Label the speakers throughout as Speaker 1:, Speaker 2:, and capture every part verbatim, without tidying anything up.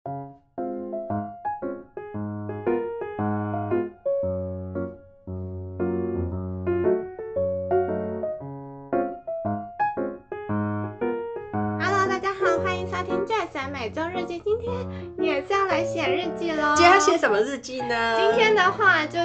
Speaker 1: Hello，大家好，欢迎收听 Jess 每周日记。今天也是要来写日记咯。
Speaker 2: 今天要写什么日记呢？
Speaker 1: 今天的话就是，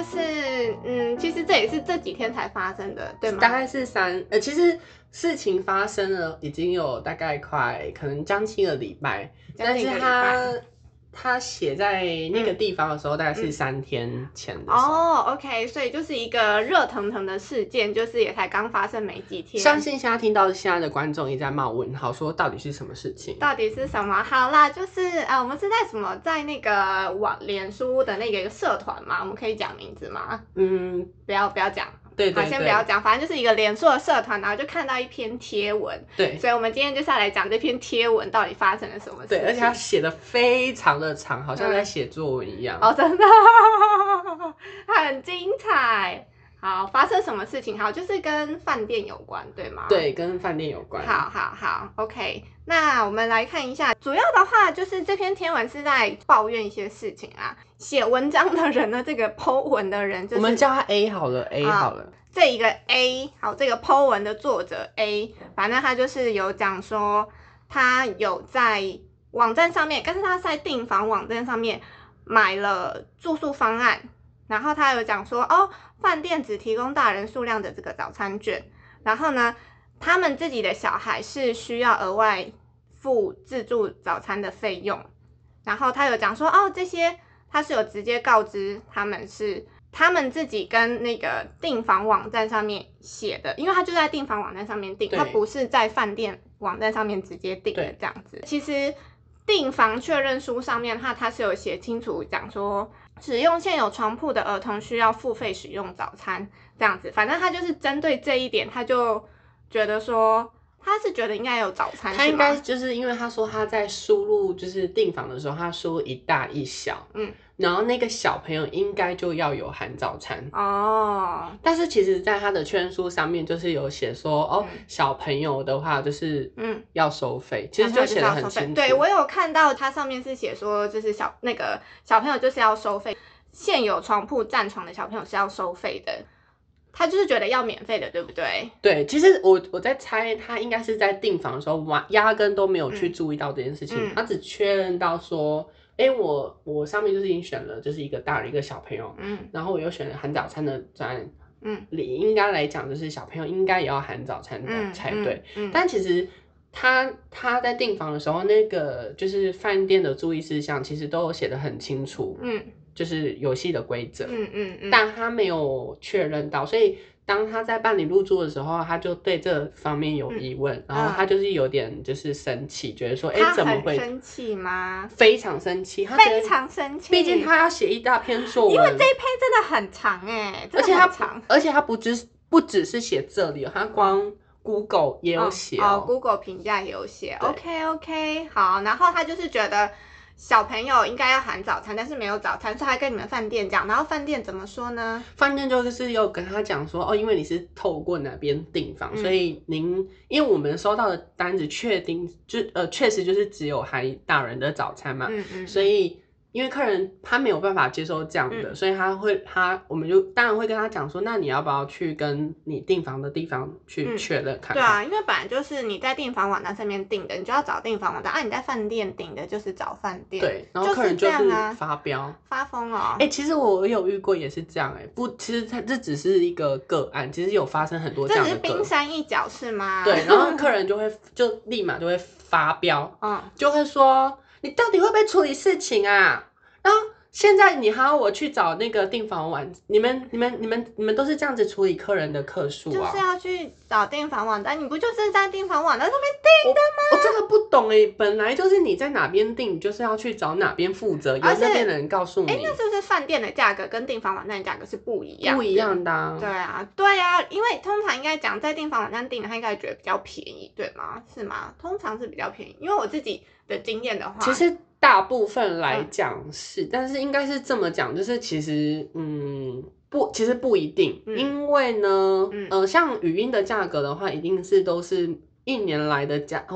Speaker 1: 嗯，其实这也是这几天才发生的，对吗？
Speaker 2: 大概是三，呃，其实事情发生了已经有大概快可能将近一个礼拜，但是他他写在那个地方的时候，嗯、大概是三天前的时候。
Speaker 1: 哦、oh, ，OK， 所以就是一个热腾腾的事件，就是也才刚发生没几天。
Speaker 2: 相信现在听到现在的观众也在冒问号，说到底是什么事情？
Speaker 1: 到底是什么？好啦，就是呃，我们是在什么，在那个网脸书的那个社团嘛，我们可以讲名字吗？
Speaker 2: 嗯，
Speaker 1: 不要不要讲。
Speaker 2: 对对对，
Speaker 1: 好，先不要讲，反正就是一个脸书的社团，然后就看到一篇贴文，
Speaker 2: 对，所
Speaker 1: 以我们今天就是要来讲这篇贴文到底发生了什么事情。
Speaker 2: 对，而且他写的非常的长，好像在写作文一样。
Speaker 1: 嗯、哦，真的，很精彩。好，发生什么事情？好，就是跟饭店有关，对吗？
Speaker 2: 对，跟饭店有关。
Speaker 1: 好好好 ，OK。那我们来看一下，主要的话就是这篇贴文是在抱怨一些事情啊。写文章的人呢，这个 po 文的人就是我
Speaker 2: 们叫他 A 好了 ，A 好了。
Speaker 1: 这一个 A 好，这个 po 文的作者 A， 反正他就是有讲说，他有在网站上面，但是他在订房网站上面买了住宿方案，然后他有讲说，哦，饭店只提供大人数量的这个早餐券，然后呢，他们自己的小孩是需要额外付自助早餐的费用，然后他有讲说，哦，这些他是有直接告知他们是。他们自己跟那个订房网站上面写的，因为他就在订房网站上面订，他不是在饭店网站上面直接订的这样子。其实订房确认书上面他他是有写清楚讲说，使用现有床铺的儿童需要付费使用早餐这样子。反正他就是针对这一点，他就觉得说。他是觉得应该有早餐，
Speaker 2: 他应该就是因为他说他在输入就是订房的时候，他输入一大一小，嗯，然后那个小朋友应该就要有含早餐哦。但是其实，在他的确认书上面就是有写说，哦，嗯、小朋友的话就是嗯要收费，其实就写得很清楚。
Speaker 1: 对，我有看到它上面是写说，就是小那个小朋友就是要收费，现有床铺占床的小朋友是要收费的。他就是觉得要免费的，对不对？
Speaker 2: 对，其实我我在猜，他应该是在订房的时候，压根都没有去注意到这件事情，嗯、他只确认到说，哎、欸，我我上面就是已经选了，就是一个大人一个小朋友，嗯，然后我又选了含早餐的专案，嗯，理应该来讲就是小朋友应该也要含早餐的才对，嗯嗯嗯、但其实他他在订房的时候，那个就是饭店的注意事项，其实都有写得很清楚，嗯。就是游戏的规则，嗯嗯嗯，但他没有确认到，所以当他在办理入住的时候，他就对这方面有疑问，嗯、然后他就是有点就是生气，嗯、觉得说，哎、欸，怎么会
Speaker 1: 生气吗？
Speaker 2: 非常生气，他
Speaker 1: 非常生气，
Speaker 2: 毕竟他要写一大篇作文，
Speaker 1: 因为这一篇真的很长哎、欸，
Speaker 2: 而且他而且他不只不只是写这里，他光 Google 也有写哦，
Speaker 1: 哦 ，Google 评价也有写 ，OK OK， 好，然后他就是觉得。小朋友应该要含早餐，但是没有早餐，所以他跟你们饭店讲，然后饭店怎么说呢？
Speaker 2: 饭店就是有跟他讲说，哦，因为你是透过哪边订房，嗯、所以您因为我们收到的单子确定就呃确实就是只有含大人的早餐嘛，嗯嗯，所以。因为客人他没有办法接受这样的，嗯、所以他会他我们就当然会跟他讲说，那你要不要去跟你订房的地方去确认看看、嗯？
Speaker 1: 对啊，因为本来就是你在订房网站上面订的，你就要找订房网站啊；你在饭店订的，就是找饭店。
Speaker 2: 对，然后客人就是发飙、啊、
Speaker 1: 发疯哦。
Speaker 2: 哎、欸，其实我有遇过也是这样哎、欸，不，其实它这只是一个个案，其实有发生很多这样的个案。
Speaker 1: 这只是冰山一角是吗？
Speaker 2: 对，然后客人就会就立马就会发飙，嗯，就会说你到底会不会处理事情啊？然后。现在你还要我去找那个订房网，你们、你们、你们、你们都是这样子处理客人的客诉啊？
Speaker 1: 就是要去找订房网站，你不就是在订房网站上面订的吗？
Speaker 2: 我, 我真的不懂哎、欸，本来就是你在哪边订，你就是要去找哪边负责，由那边的人告诉你。
Speaker 1: 哎，那是不是饭店的价格跟订房网站的价格是不一样的？
Speaker 2: 不一样的、啊。
Speaker 1: 对啊，对啊，因为通常应该讲在订房网站订的，他应该觉得比较便宜，对吗？是吗？通常是比较便宜，因为我自己的经验的话，
Speaker 2: 其实。大部分来讲是、嗯，但是应该是这么讲，就是其实，嗯，不，其实不一定，嗯、因为呢，嗯、呃，像语音的价格的话，一定是都是一年来的价，或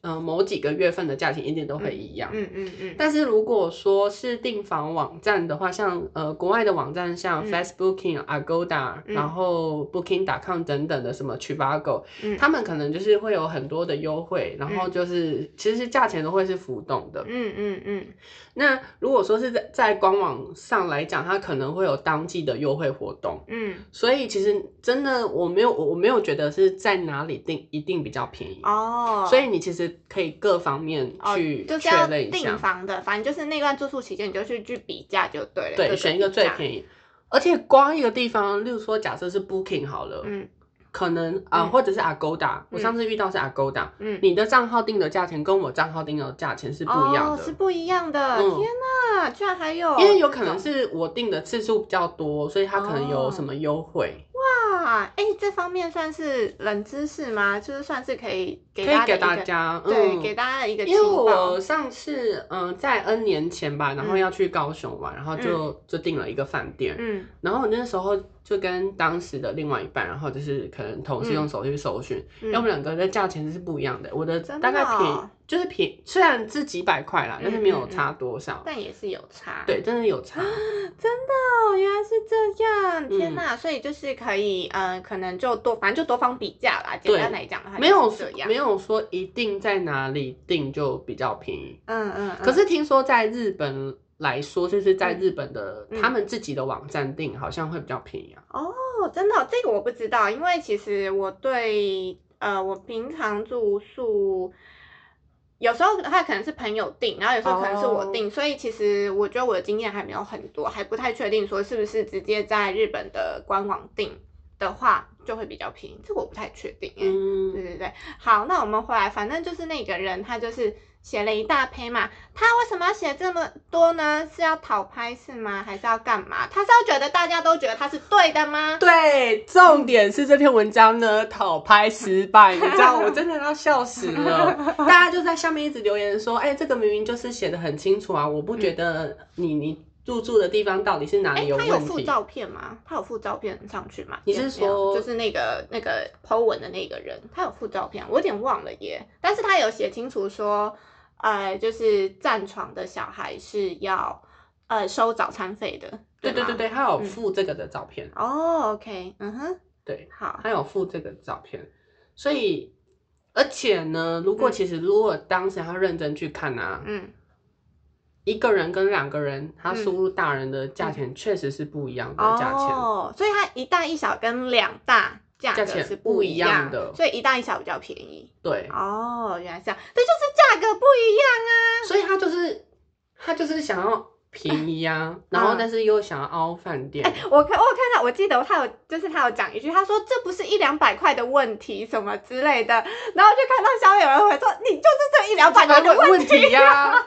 Speaker 2: 呃某几个月份的价钱一定都会一样。
Speaker 1: 嗯嗯嗯。
Speaker 2: 但是如果说是订房网站的话，像呃国外的网站，像 Fastbooking、Agoda，、嗯、然后 Booking 点 com 等等的什么 Trivago，、嗯、他们可能就是会有很多的优惠，然后就是、嗯、其实价钱都会是浮动的。
Speaker 1: 嗯嗯嗯。
Speaker 2: 那如果说是在在官网上来讲，它可能会有当季的优惠活动。嗯。所以其实真的我没有我没有觉得是在哪里订一定比较便宜哦。所以你其实可以各方面去确认一下。
Speaker 1: 就是要订房的，反正就是那段住宿期间，你就去去比价就对了。
Speaker 2: 对，选一个最便宜。而且光一个地方，例如说假设是 Booking 好了，嗯。可能啊、呃嗯，或者是 Agoda，、嗯、我上次遇到是 Agoda，嗯，你的账号定的价钱跟我账号定的价钱是不一样的，
Speaker 1: 哦，是不一样的。嗯、天哪，居然还有！
Speaker 2: 因为有可能是我定的次数比较多，所以它可能有什么优惠。
Speaker 1: 哦、哇，哎、欸，这方面算是冷知识吗？就是算是可以给
Speaker 2: 大家可以给大家，
Speaker 1: 嗯、对，给大家一个情
Speaker 2: 报。因
Speaker 1: 为
Speaker 2: 我上次嗯、呃、在 N 年前吧，然后要去高雄玩，嗯、然后就、嗯、就订了一个饭店，嗯，然后那时候就跟当时的另外一半，然后就是可能同事用手机搜寻，因为我们两个的价钱是不一样的，我的大概便宜。就是便宜，虽然是几百块啦，但是没有差多少，
Speaker 1: 嗯嗯嗯，但也是有差。
Speaker 2: 对，真的有差。
Speaker 1: 真的哦，原来是这样，天哪！嗯、所以就是可以，呃，可能就多，反正就多方比价啦。简单来讲的话，
Speaker 2: 没有没有说一定在哪里订就比较便宜。嗯嗯, 嗯。可是听说在日本来说，就是在日本的、嗯、他们自己的网站订好像会比较便宜啊。
Speaker 1: 哦，真的、哦，这个我不知道，因为其实我对呃，我平常住宿。有时候他可能是朋友订，然后有时候可能是我订， oh. 所以其实我觉得我的经验还没有很多，还不太确定说是不是直接在日本的官网订的话就会比较便宜，这个我不太确定。嗯，对对对。好，那我们回来，反正就是那个人他就是写了一大篇嘛，他为什么要写这么多呢？是要讨拍是吗？还是要干嘛？他是要觉得大家都觉得他是对的吗？
Speaker 2: 对，重点是这篇文章呢讨拍失败，你知道我真的要笑死了。大家就在下面一直留言说，哎、欸，这个明明就是写得很清楚啊，我不觉得你你入住的地方到底是哪里有问题？
Speaker 1: 欸、他有附照片吗？他有附照片上去吗？
Speaker 2: 你是说
Speaker 1: 就是那个那个 po 文的那个人，他有附照片，我有点忘了耶。但是他有写清楚说。呃，就是占床的小孩是要呃收早餐费的，
Speaker 2: 对对对对，他有附这个的照片。
Speaker 1: 嗯、哦 ，OK， 嗯哼，
Speaker 2: 对，
Speaker 1: 好，
Speaker 2: 他有附这个照片，所以而且呢，如果其实如果当时他认真去看啊，嗯，一个人跟两个人，他输入大人的价钱确实是不一样的价钱，
Speaker 1: 哦，所以他一大一小跟两大。价格是不一样
Speaker 2: 的，
Speaker 1: 所以一大一小比较便宜。
Speaker 2: 对，
Speaker 1: 哦，原来是这样，这就是价格不一样啊。
Speaker 2: 所以他就是他就是想要便宜啊，然后但是又想要凹饭店。
Speaker 1: 欸、我看我有看到，我记得他有就是他有讲一句，他说这不是一两百块的问题什么之类的，然后就看到下面有人会说你就是这一两百块的问题呀、啊。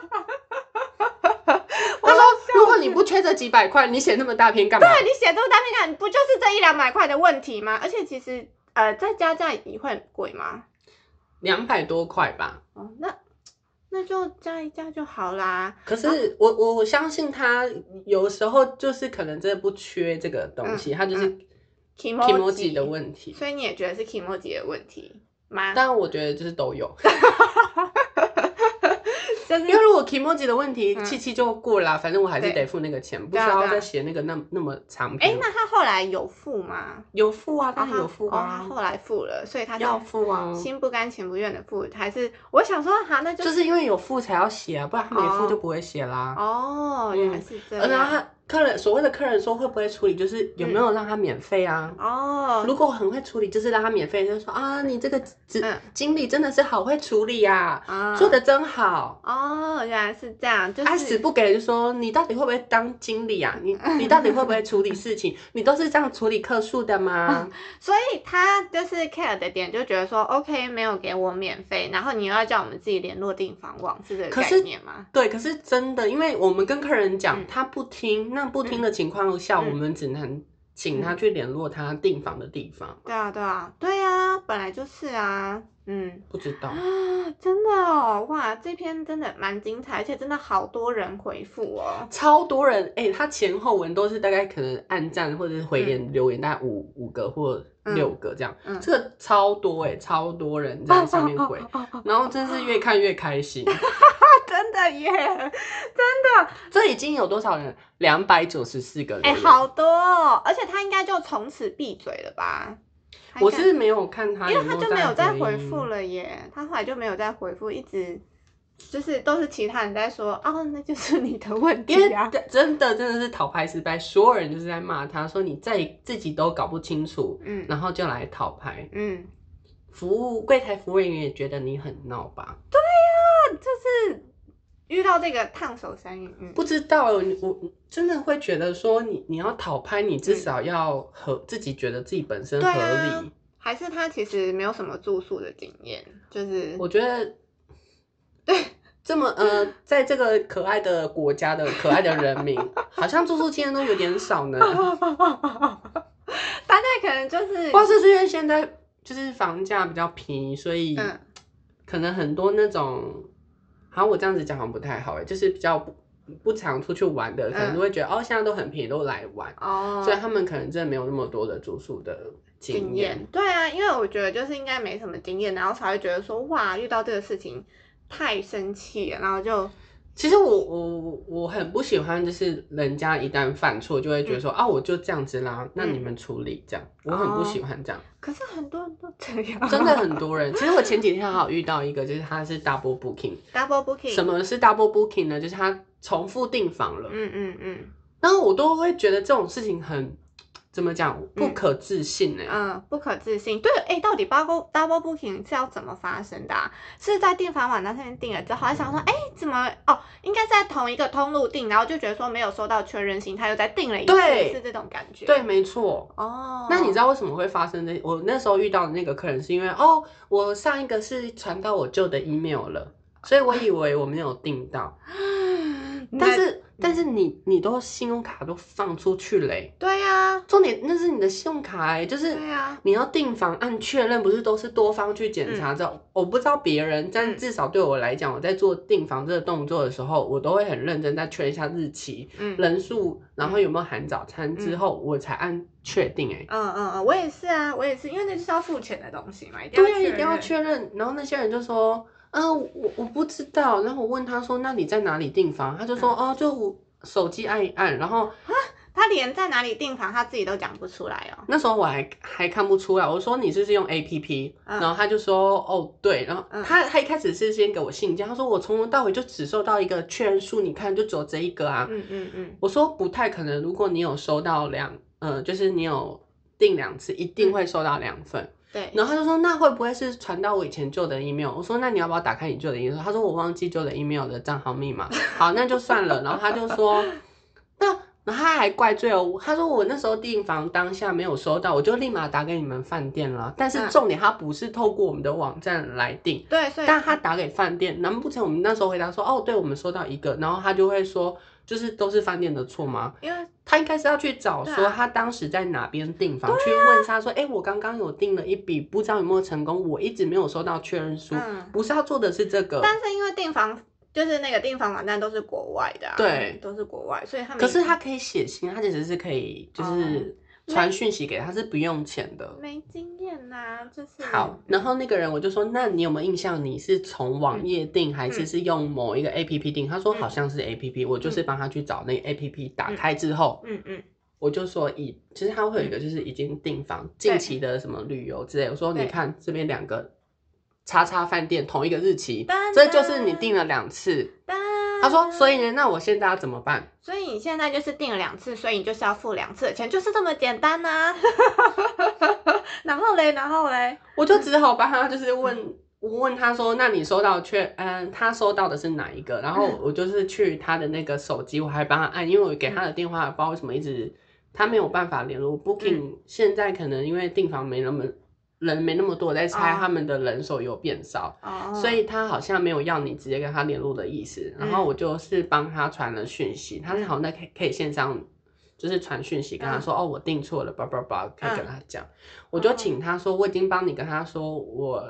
Speaker 2: 他说：“如果你不缺这几百块，你写那么大篇干嘛？
Speaker 1: 对，你写这么大篇干嘛？不就是这一两百块的问题吗？而且其实，呃，再加价也会很贵吗？
Speaker 2: 两百多块吧。
Speaker 1: 哦，那那就加一加就好啦。
Speaker 2: 可是、啊、我我我相信他有时候就是可能真的不缺这个东西，嗯、他就是 kimoji 的问题。
Speaker 1: 所以你也觉得是 kimoji 的问题吗？
Speaker 2: 当然，我觉得就是都有。”就是、因为如果 kimoji 的问题，七七就过啦、嗯，反正我还是得付那个钱，不需要再写那个那那么长篇。
Speaker 1: 哎、欸，那他后来有付吗？
Speaker 2: 有付啊，当然有付啊。
Speaker 1: 哦，他后来付了，所以他
Speaker 2: 要付啊，
Speaker 1: 心不甘情不愿的付，还是我想说，哈，那就
Speaker 2: 就是因为有付才要写啊，不然他没付就不会写啦。
Speaker 1: 哦，原来是这样。
Speaker 2: 然后他客人所谓的客人说会不会处理，就是有没有让他免费啊？哦、嗯，如果很会处理，就是让他免费，就是说啊，你这个经经理真的是好会处理呀、啊，嗯、做得真好。
Speaker 1: 哦，原来是这样，就是
Speaker 2: 他死不给就说你到底会不会当经理啊？你你到底会不会处理事情？你都是这样处理客诉的吗？
Speaker 1: 所以他就是 care 的点，就觉得说 OK 没有给我免费，然后你又要叫我们自己联络订房网，是这个概念吗？
Speaker 2: 对，可是真的，因为我们跟客人讲、嗯，他不听，那不听的情况下、嗯，我们只能请他去联络他订房的地方、嗯。
Speaker 1: 对啊，对啊，对啊，本来就是啊。
Speaker 2: 嗯，不知道
Speaker 1: 啊，真的哦，哇，这篇真的蛮精彩，而且真的好多人回复哦，
Speaker 2: 超多人，哎、欸，他前后文都是大概可能按赞或者是回言、嗯、留言大概五五个或六个这样，嗯、这个超多哎、欸，超多人在上面回，然后真是越看越开心。
Speaker 1: 真的耶，真的，
Speaker 2: 这已经有多少人？两百九十四个人，
Speaker 1: 哎、欸，好多哦！而且他应该就从此闭嘴了吧？
Speaker 2: 我是没有看他有没有，
Speaker 1: 因为他就没有再回复了耶。他后来就没有再回复，一直就是都是其他人在说，哦，那就是你的问题啊！
Speaker 2: 真的真的是讨拍失败，所有人就是在骂他说你在自己都搞不清楚，嗯，然后就来讨拍，嗯，服务柜台服务人员也觉得你很闹吧？
Speaker 1: 对呀、啊，就是。遇到这个烫手山芋，嗯，
Speaker 2: 不知道我我真的会觉得说你你要讨拍，你至少要合、嗯、自己觉得自己本身合理，啊、
Speaker 1: 还是他其实没有什么住宿的经验，就是
Speaker 2: 我觉得对这么呃，在这个可爱的国家的可爱的人民，好像住宿经验都有点少呢。
Speaker 1: 大概可能就是，
Speaker 2: 不知道是因为现在就是房价比较便宜，所以可能很多那种。好像我这样子讲好像不太好哎，就是比较不不常出去玩的，可能都会觉得、嗯、哦，现在都很便宜，都来玩哦，所以他们可能真的没有那么多的住宿的经验。
Speaker 1: 对啊，因为我觉得就是应该没什么经验，然后才会觉得说哇，遇到这个事情太生气了，然后就。
Speaker 2: 其实我我我很不喜欢，就是人家一旦犯错，就会觉得说、嗯、啊，我就这样子啦，那你们处理这样，嗯、我很不喜欢这样。
Speaker 1: 可是很多人都这样，
Speaker 2: 真的很多人。其实我前几天还有遇到一个，就是他是 double booking。double
Speaker 1: booking。
Speaker 2: 什么是 double booking 呢？就是他重复订房了。
Speaker 1: 嗯嗯嗯。
Speaker 2: 然后我都会觉得这种事情很。怎么讲？不可置信呢、欸？
Speaker 1: 嗯，不可置信。对，哎、欸，到底 double double booking 是要怎么发生的啊？是在订房网站上面订了之后，还想说，哎、欸，怎么？哦，应该在同一个通路订，然后就觉得说没有收到确认信，他又再订了一次，是这种感觉。
Speaker 2: 对，没错。哦，那你知道为什么会发生这？我那时候遇到的那个客人是因为，哦，我上一个是传到我旧的 email 了，所以我以为我没有订到。但是但是你你都信用卡都放出去嘞、欸，
Speaker 1: 对呀、啊，
Speaker 2: 重点那是你的信用卡哎、欸，就是你要订房按确认，不是都是多方去检查之后、嗯，我不知道别人，但至少对我来讲，我在做订房这个动作的时候，我都会很认真再确认一下日期、嗯、人数，然后有没有含早餐之后，嗯、我才按确定哎、欸。
Speaker 1: 嗯嗯嗯，我也是啊，我也是，因为那就是要付钱的东西嘛，一定要
Speaker 2: 对，一定要确认。然后那些人就说。啊，我我不知道，然后我问他说，那你在哪里订房？他就说，嗯、哦，就我手机按一按，然后
Speaker 1: 他连在哪里订房他自己都讲不出来哦。
Speaker 2: 那时候我还还看不出来，我说你是不是用 A P P？、嗯、然后他就说，哦对，然后他、嗯、他一开始是先给我信件，他说我从头到尾就只收到一个确认书，你看就只有这一个啊。嗯嗯嗯。我说不太可能，如果你有收到两，呃，就是你有订两次，一定会收到两份。嗯
Speaker 1: 对，
Speaker 2: 然后他就说，那会不会是传到我以前旧的 email？ 我说，那你要不要打开你旧的 email？ 他说我忘记旧的 email 的账号密码。好，那就算了。然后他就说，那然后他还怪罪我，他说我那时候订房当下没有收到，我就立马打给你们饭店了。但是重点他不是透过我们的网站来订，
Speaker 1: 对、嗯，
Speaker 2: 但他打给饭店，难不成我们那时候回答说，哦，对，我们收到一个，然后他就会说。就是都是饭店的错吗？
Speaker 1: 因为
Speaker 2: 他应该是要去找说他当时在哪边订房、啊，去问他说，哎、欸，我刚刚有订了一笔，不知道有没有成功，我一直没有收到确认书、嗯，不是要做的是这个。
Speaker 1: 但是因为订房就是那个订房网站都是国外的、啊，对，都是国外，所以他们
Speaker 2: 可是他可以写信，他其实是可以就是。传讯息给他是不用钱的，
Speaker 1: 没经验呐，就是
Speaker 2: 好。然后那个人我就说，那你有没有印象？你是从网页订、嗯、还是是用某一个 A P P 订？他说好像是 A P P，、嗯、我就是帮他去找那个 A P P， 打开之后，嗯嗯，我就说以，其实他会有一个就是已经订房、近期的什么旅游之类。我说你看这边两个叉叉饭店同一个日期，这就是你订了两次。他说，所以呢，那我现在要怎么办？
Speaker 1: 所以你现在就是订了两次，所以你就是要付两次的钱，就是这么简单呐、啊。然后嘞，然后嘞，
Speaker 2: 我就只好帮他就是问，嗯、我问他说，那你收到确，嗯，他收到的是哪一个？然后我就是去他的那个手机，我还帮他按，因为我给他的电话不知道为什么一直他没有办法联络 Booking，、嗯、现在可能因为订房没那么。人没那么多，我在猜他们的人手有变少， oh. 所以他好像没有要你直接跟他联络的意思。然后我就是帮他传了讯息，嗯、他是好像可以可以线上就是传讯息跟他说、嗯、哦我订错了，叭叭叭，可以跟他讲、嗯。我就请他说我已经帮你跟他说我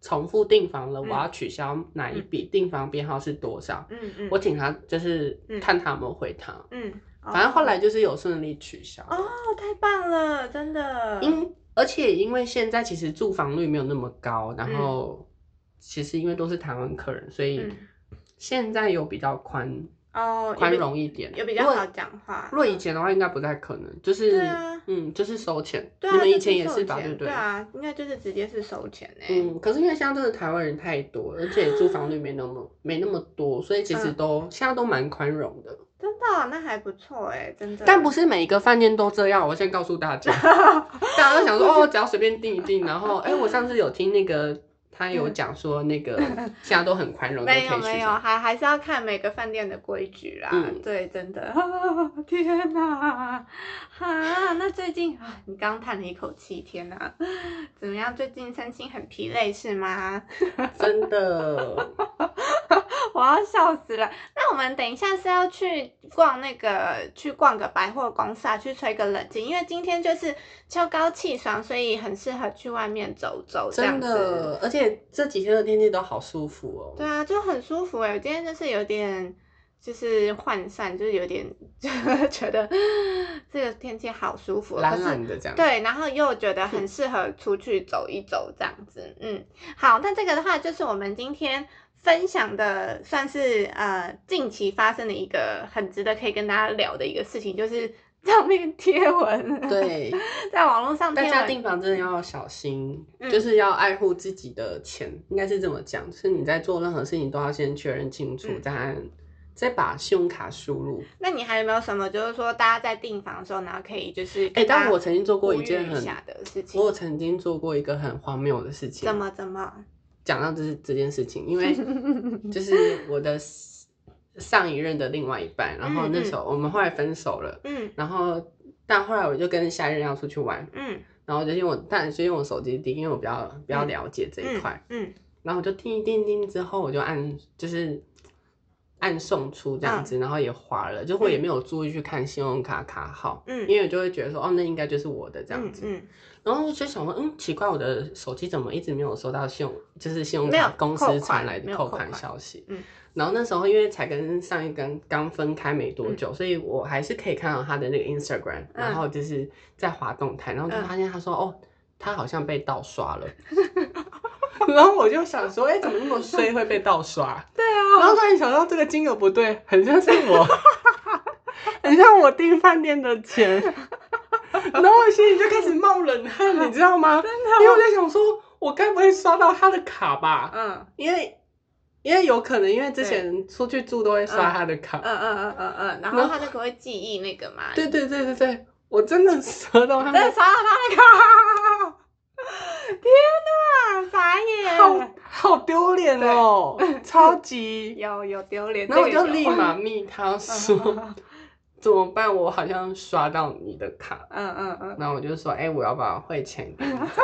Speaker 2: 重复订房了，
Speaker 1: 嗯
Speaker 2: 我要取消哪一笔，订房编号是多少？
Speaker 1: 嗯嗯，
Speaker 2: 我请他就是看他有没有回他。
Speaker 1: 嗯，
Speaker 2: 反正后来就是有顺利取消。
Speaker 1: 哦，太棒了，真的。
Speaker 2: 因而且因为现在其实住房率没有那么高，然后其实因为都是台湾客人，所以现在有比较宽
Speaker 1: 哦
Speaker 2: 宽容一点，
Speaker 1: 有比较好讲话。
Speaker 2: 如果以前的话，应该不太可能，就是
Speaker 1: 对啊，
Speaker 2: 嗯，就是收钱。
Speaker 1: 对啊，
Speaker 2: 你们以前也
Speaker 1: 是
Speaker 2: 吧？对不对？
Speaker 1: 对啊，应该就是直接是收钱哎。
Speaker 2: 嗯，可是因为现在真的台湾人太多，而且住房率没那么没那么多，所以其实都、嗯、现在都蛮宽容的。
Speaker 1: 真的，那还不错哎，真的。
Speaker 2: 但不是每一个饭店都这样，我先告诉大家。大家都想说哦，只要随便订一订，然后哎、欸，我上次有听那个。他有讲说那个现在都很宽容，
Speaker 1: 没有没有，还还是要看每个饭店的规矩啦。嗯，对，真的。天哪，哈，那最近啊，你刚叹了一口气，天哪，怎么样？最近身心很疲累是吗？
Speaker 2: 真的，
Speaker 1: 我要笑死了。那我们等一下是要去逛那个，去逛个百货公司啊，去吹个冷气，因为今天就是秋高气爽，所以很适合去外面走走。这样子，
Speaker 2: 真的，而且这几天的天气都好舒服哦。
Speaker 1: 对啊，就很舒服哎。我今天就是有点，就是涣散，就是有点觉得这个天气好舒服，
Speaker 2: 懒懒的这样。
Speaker 1: 对，然后又觉得很适合出去走一走这样子。嗯，好，那这个的话就是我们今天分享的，算是呃近期发生的一个很值得可以跟大家聊的一个事情，就是上面贴文。
Speaker 2: 对，
Speaker 1: 在网络上贴文，
Speaker 2: 大家订房真的要小心，嗯、就是要爱护自己的钱，应该是这么讲，就是你在做任何事情都要先确认清楚，嗯、再按再把信用卡输入。
Speaker 1: 那你还有没有什么，就是说大家在订房的时候，然后可以就是
Speaker 2: 哎、欸，但我曾经做过一件很
Speaker 1: 的事情，
Speaker 2: 我曾经做过一个很荒谬的事情。
Speaker 1: 怎么怎么？
Speaker 2: 讲到这这件事情，因为就是我的上一任的另外一半，然后那时候我们后来分手了，嗯，然后但后来我就跟下一任要出去玩，嗯，然后就用我，但就用我手机订，因为我比较比较了解这一块，嗯，嗯，然后我就订一订订之后，我就按就是按送出这样子，嗯、然后也划了，就我也没有注意去看信用卡卡号，嗯，因为我就会觉得说，哦，那应该就是我的这样子，嗯。嗯然后就想说，嗯，奇怪，我的手机怎么一直没有收到信用，就是信用卡公司传来的扣款消息。嗯，然后那时候因为才跟上一根刚分开没多久，嗯、所以我还是可以看到他的那个 Instagram，、嗯、然后就是在滑动态，然后就发现他说，嗯、哦，他好像被盗刷了。然后我就想说，哎、欸，怎么那么衰会被盗刷？
Speaker 1: 对啊。
Speaker 2: 然后突然想到这个金额不对，很像是我，很像我订饭店的钱。然后我心里就开始冒冷汗，你知道吗？真的，因为我在想说，我该不会刷到他的卡吧？嗯，因为因为有可能，因为之前出去住都会刷他的卡。
Speaker 1: 嗯嗯嗯嗯嗯，然后他就可会记忆那个嘛。
Speaker 2: 对对对对对，我真的刷到他的，
Speaker 1: 真的刷到他的卡！天哪，傻眼！
Speaker 2: 好好丢脸哦，超级
Speaker 1: 有有丢脸。
Speaker 2: 然后我就立马密他说。怎么办？我好像刷到你的卡，嗯嗯嗯，然后我就说，哎、欸，我要把汇钱给你，真的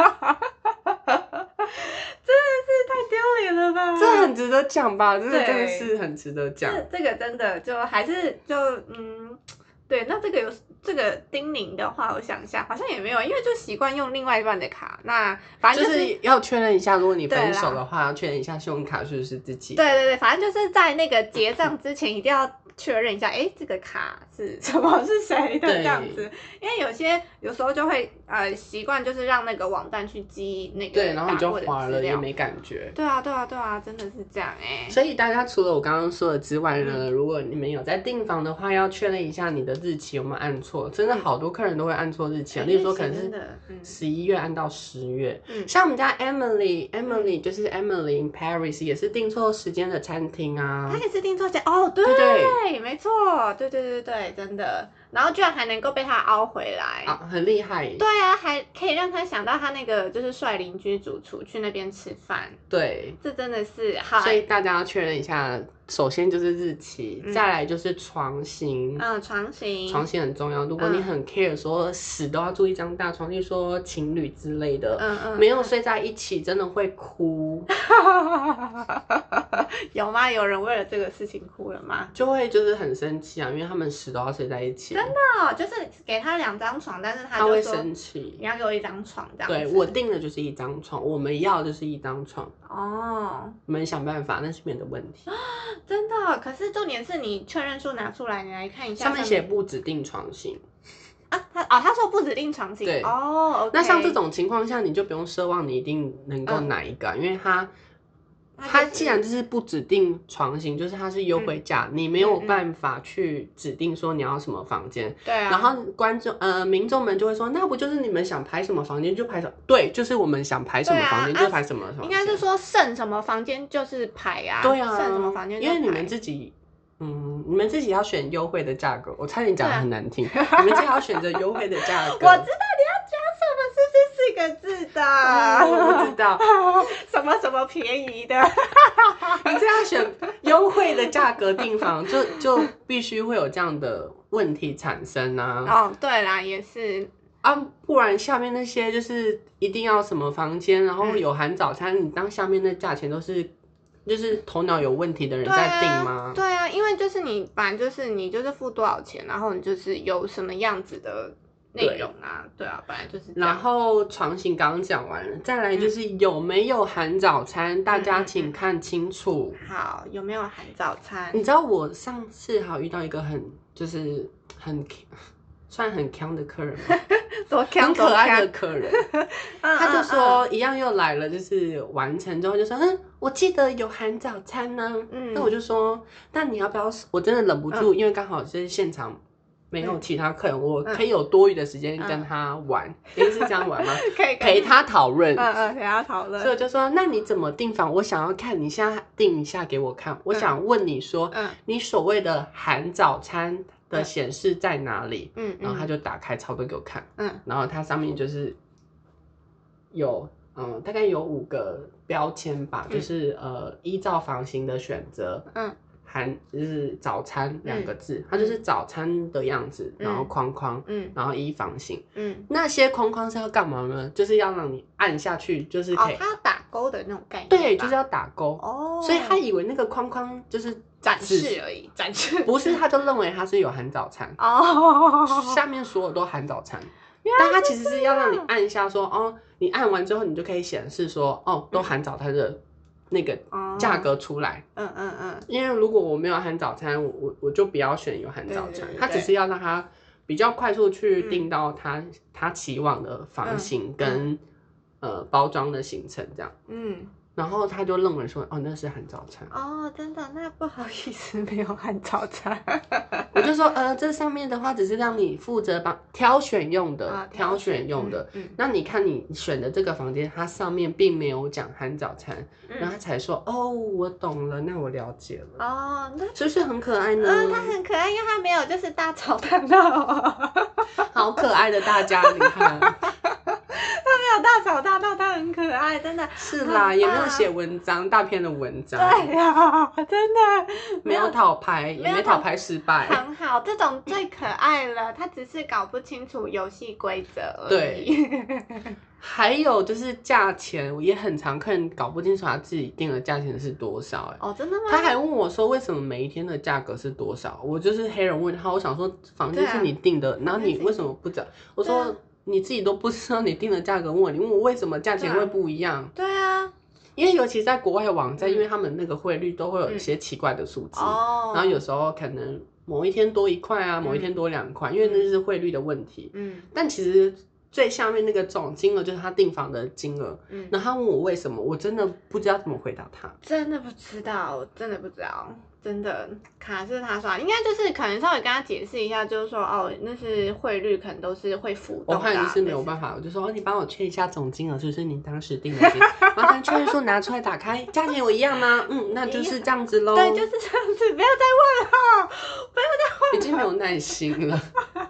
Speaker 1: 是太丢脸了吧？
Speaker 2: 这很值得讲吧？这个真的是很值得讲。
Speaker 1: 这这个真的就还是就嗯，对，那这个有这个叮咛的话，我想一下，好像也没有，因为就习惯用另外一半的卡，那反正、
Speaker 2: 就是、就是要确认一下，如果你分手的话，要确认一下信用卡是不是自己。
Speaker 1: 对对对，反正就是在那个结账之前一定要确认一下，哎，这个卡是什么？是谁的这样子？因为有些有时候就会呃习惯就是让那个网站去记那个
Speaker 2: 对，然后你就划了也没感觉。
Speaker 1: 对啊对啊对啊，真的是这样哎、欸。
Speaker 2: 所以大家除了我刚刚说的之外呢，嗯、如果你们有在订房的话，要确认一下你的日期有没有按错。真的好多客人都会按错日期啊，例如说可能是十一月按到十月。嗯，像我们家 Emily，Emily、嗯、就是 Emily in Paris 也是订错时间的餐厅啊。
Speaker 1: 她也是订错间哦，对。对对没错，对对对对，真的，然后居然还能够被他凹回来，
Speaker 2: 啊，很厉害。
Speaker 1: 对啊，还可以让他想到他那个就是率邻居主厨去那边吃饭，
Speaker 2: 对，
Speaker 1: 这真的是好。
Speaker 2: 所以大家要确认一下，首先就是日期，嗯、再来就是床型，
Speaker 1: 嗯，床型，
Speaker 2: 床型很重要。如果你很 care 说死都要住一张大床，例如说情侣之类的，嗯嗯，没有睡在一起真的会哭。
Speaker 1: 有吗？有人为了这个事情哭了吗？
Speaker 2: 就会就是很生气啊，因为他们死都要睡在一起。
Speaker 1: 对真的、哦、就是给他两张床，但是他就说
Speaker 2: 他会生气，
Speaker 1: 你要给我一张床这样子。
Speaker 2: 对，我订的就是一张床，我们要的就是一张床。
Speaker 1: 哦，
Speaker 2: 我们想办法，那是别的问题。
Speaker 1: 真的，可是重点是你确认书拿出来，你来看一下
Speaker 2: 上面写不指定床型。
Speaker 1: 啊，他哦，他说不指定床型。
Speaker 2: 对
Speaker 1: 哦 ，OK。
Speaker 2: 那像这种情况下，你就不用奢望你一定能够哪一个、啊嗯，因为他他既然就是不指定床型，就是它是优惠价、嗯，你没有办法去指定说你要什么房间。
Speaker 1: 对啊。
Speaker 2: 然后观众呃民众们就会说，那不就是你们想排什么房间就排什么？对，就是我们想排什么房间就排什么房间。
Speaker 1: 应该是说剩什么房间就是排啊。
Speaker 2: 对啊。
Speaker 1: 剩什么房间就
Speaker 2: 排。因为你们自己。嗯，你们自己要选优惠的价格，我差点讲得很难听。你们自己要选择优惠的价格。
Speaker 1: 我知道你要讲什么，是不是四个字的？
Speaker 2: 嗯、我不知道。
Speaker 1: 什么什么便宜的？
Speaker 2: 你这样选优惠的价格订房，就就必须会有这样的问题产生啊。
Speaker 1: 哦，对啦，也是。
Speaker 2: 啊，不然下面那些就是一定要什么房间，然后有含早餐，嗯、你当下面那价钱都是。就是头脑有问题的人在订吗？
Speaker 1: 对啊，对啊，因为就是你本来就是你就是付多少钱，然后你就是有什么样子的内容啊，对, 对啊，本来就是这样。
Speaker 2: 然后床型刚刚讲完了，再来就是有没有含早餐，嗯、大家请看清楚。
Speaker 1: 好，有没有含早餐？
Speaker 2: 你知道我上次还有遇到一个很就是很算很强的客人吗？
Speaker 1: 多
Speaker 2: 很可爱的客人，他就说一样又来了，就是完成之后就说，嗯，我记得有含早餐呢、啊。嗯，那我就说，那你要不要？我真的忍不住，嗯、因为刚好就是现场没有其他客人，嗯、我可以有多余的时间跟他玩。你、嗯、是这样玩吗？
Speaker 1: 可以
Speaker 2: 陪他讨论。
Speaker 1: 嗯嗯，陪他讨论。
Speaker 2: 所以我就说，那你怎么订房？我想要看，你现在订一下给我看。我想问你说，嗯、你所谓的含早餐。的显示在哪里？嗯，然后他就打开操作给我看，嗯，然后它上面就是有，嗯，大概有五个标签吧，嗯、就是呃，依照房型的选择，嗯，含就是早餐两个字，嗯、它就是早餐的样子，嗯、然后框框，嗯，然后依房型，嗯，那些框框是要干嘛呢？就是要让你按下去，就是可以，
Speaker 1: 哦，它要打勾的那种概念，
Speaker 2: 对，就是要打勾，哦，所以他以为那个框框就是。
Speaker 1: 展示而已，展示
Speaker 2: 不是，他就认为他是有含早餐哦，下面所有都含早餐，但他其实是要让你按一下说哦，你按完之后你就可以显示说哦，都含早餐的那个价格出来，嗯嗯嗯，因为如果我没有含早餐，我我我就不要选有含早餐，他只是要让他比较快速去订到他、嗯、他期望的房型跟、嗯、呃包装的行程这样，嗯。然后他就认为说，哦，那是含早餐
Speaker 1: 哦，真的，那不好意思，没有含早餐。
Speaker 2: 我就说，呃，这上面的话只是让你负责帮挑选用的，啊、挑选用的。嗯嗯、那你看你选的这个房间，它上面并没有讲含早餐，嗯、然后他才说，哦，我懂了，那我了解了。哦，那是不是很可爱呢？
Speaker 1: 嗯，它很可爱，因为它没有就是大吵大闹。
Speaker 2: 好可爱的大家，你看。
Speaker 1: 他没有大吵大闹，他很可爱，真的
Speaker 2: 是啦，也没有写文章，大篇的文章，
Speaker 1: 对呀、啊，真的
Speaker 2: 没有讨拍，也没讨拍失败，
Speaker 1: 很好，这种最可爱了，他只是搞不清楚游戏规则而已。
Speaker 2: 对，还有就是价钱，我也很常客人搞不清楚他自己定的价钱是多少、欸，
Speaker 1: 哦，真的吗？
Speaker 2: 他还问我说，为什么每一天的价格是多少？我就是黑人问他，我想说房间是你定的，啊、然后你为什么不讲？我说。你自己都不知道你定的价格，问我，你问我为什么价钱会不一样？
Speaker 1: 对啊，
Speaker 2: 因为尤其在国外网站，嗯、因为他们那个汇率都会有一些奇怪的数字，嗯、然后有时候可能某一天多一块啊，嗯、某一天多两块，因为那是汇率的问题。嗯，但其实最下面那个总金额就是他订房的金额。嗯，然后他问我为什么，我真的不知道怎么回答他，
Speaker 1: 真的不知道，真的不知道。真的卡是他刷，应该就是可能稍微跟他解释一下，就是说哦，那是汇率，可能都是会浮动的、啊。
Speaker 2: 我看你是没有办法，我就说哦，你帮我确一下总金额是不是你当时定的金？麻烦确认书拿出来打开，价钱有一样吗？嗯，那就是这样子喽。
Speaker 1: 对，就是这样子，不要再问了，不要再问了，
Speaker 2: 已经没有耐心了。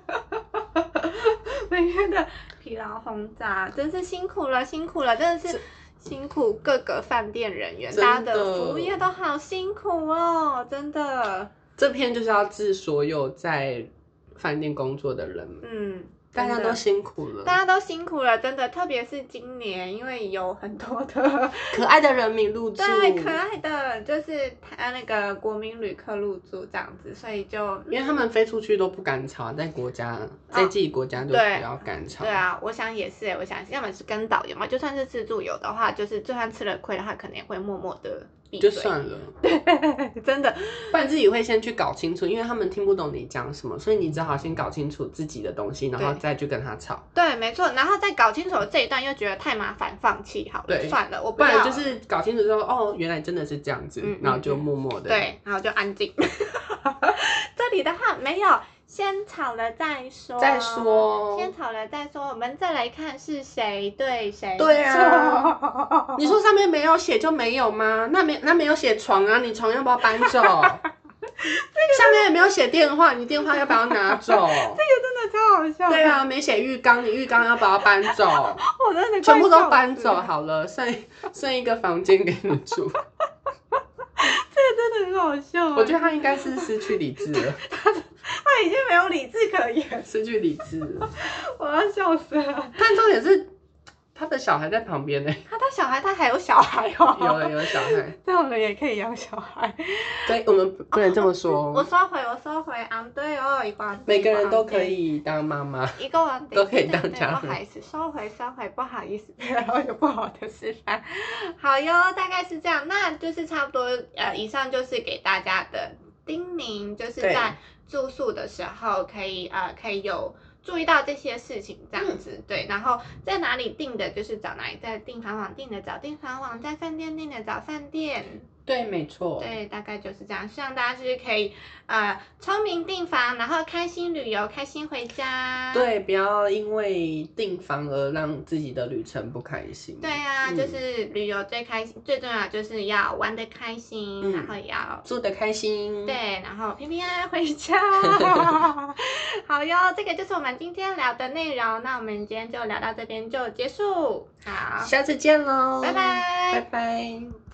Speaker 1: 每天的疲劳轰炸，真是辛苦了，辛苦了，真的是。辛苦各个饭店人员，大家的服务业都好辛苦哦，真的。
Speaker 2: 这篇就是要致所有在饭店工作的人们，嗯， 大家都辛苦了，
Speaker 1: 大家都辛苦了，真的，特别是今年，因为有很多的
Speaker 2: 可爱的人民入住，
Speaker 1: 对，可爱的就是他那个国民旅客入住这样子，所以就
Speaker 2: 因为他们飞出去都不敢吵，在国家，在自己国家就比较敢吵。
Speaker 1: 对啊，我想也是，我想要么是跟导游嘛，就算是自助游的话，就是就算吃了亏的话，可能也会默默的闭嘴，
Speaker 2: 就算了，
Speaker 1: 对，真的，
Speaker 2: 不然自己会先去搞清楚，因为他们听不懂你讲什么，所以你只好先搞清楚自己的东西，然后再去跟他吵。
Speaker 1: 对，没错，然后再搞清楚这一段又觉得太麻烦，放弃好了，算了，我
Speaker 2: 不然就是搞清楚之后，哦，原来真的是这样子，嗯、然后就默默的、
Speaker 1: 嗯，对，然后就安静。这里的话没有。先吵了再说，
Speaker 2: 再说，
Speaker 1: 先吵了再说，我们再来看是谁对谁错。
Speaker 2: 对啊，你说上面没有写就没有吗？那没那没有写床啊，你床要不要搬走？下面也没有写电话，你电话要不要拿走？这个
Speaker 1: 真的超好笑。
Speaker 2: 对啊，没写浴缸，你浴缸要不要搬走？
Speaker 1: 我真的
Speaker 2: 全部都搬走好了，剩剩一个房间给你住。
Speaker 1: 这个真的很好笑。
Speaker 2: 我觉得他应该是失去理智了。
Speaker 1: 他已经没有理智可言，
Speaker 2: 失去理智了，
Speaker 1: 我要笑死了。
Speaker 2: 但重点是他的小孩在旁边呢。
Speaker 1: 他的小孩，他还有小孩哦。
Speaker 2: 有了，有小孩。
Speaker 1: 这种人也可以养小孩。
Speaker 2: 对，我们不能这么说。
Speaker 1: 哦、我收回，我收回。啊，对哦，一个
Speaker 2: 每个人都可以当妈妈，
Speaker 1: 一个人
Speaker 2: 都可以当家人。
Speaker 1: 不好意思，收回，收回，不好意思，然后有不好的示范。好哟，大概是这样，那就是差不多。呃，以上就是给大家的叮咛，就是在住宿的时候可以呃可以有注意到这些事情这样子、嗯、对，然后在哪里订的就是找哪里，在订房网订的找订房网，在饭店订的找饭店。
Speaker 2: 对，没错。
Speaker 1: 对，大概就是这样，希望大家就是可以呃聪明订房，然后开心旅游，开心回家。
Speaker 2: 对，不要因为订房而让自己的旅程不开心。
Speaker 1: 对啊、嗯、就是旅游最开心，最重要就是要玩得开心、嗯、然后也要
Speaker 2: 住得开心。
Speaker 1: 对，然后平平安安回家。好哟，这个就是我们今天聊的内容，那我们今天就聊到这边就结束。好，
Speaker 2: 下次见喽，
Speaker 1: 拜拜，
Speaker 2: 拜拜。